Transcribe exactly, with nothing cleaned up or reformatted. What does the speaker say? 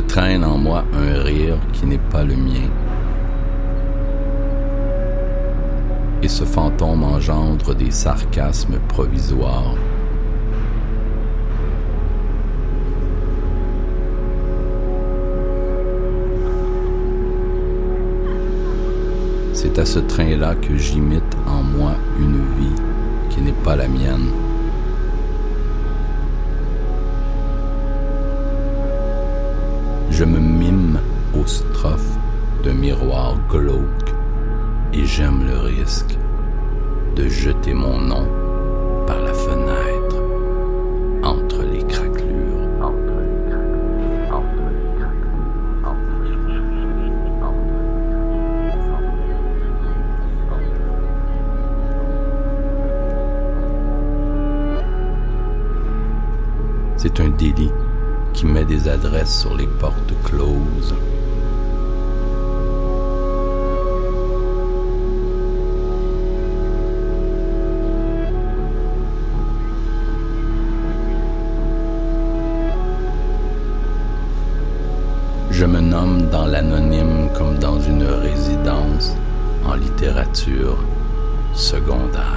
traîne en moi un rire qui n'est pas le mien. Et ce fantôme engendre des sarcasmes provisoires. C'est à ce train-là que j'imite en moi une vie qui n'est pas la mienne. Je me mime aux strophes d'un miroir glauque et j'aime le risque de jeter mon nom par la fenêtre entre les craquelures. C'est un délit qui met des adresses sur les portes closes. Je me nomme dans l'anonyme comme dans une résidence en littérature secondaire.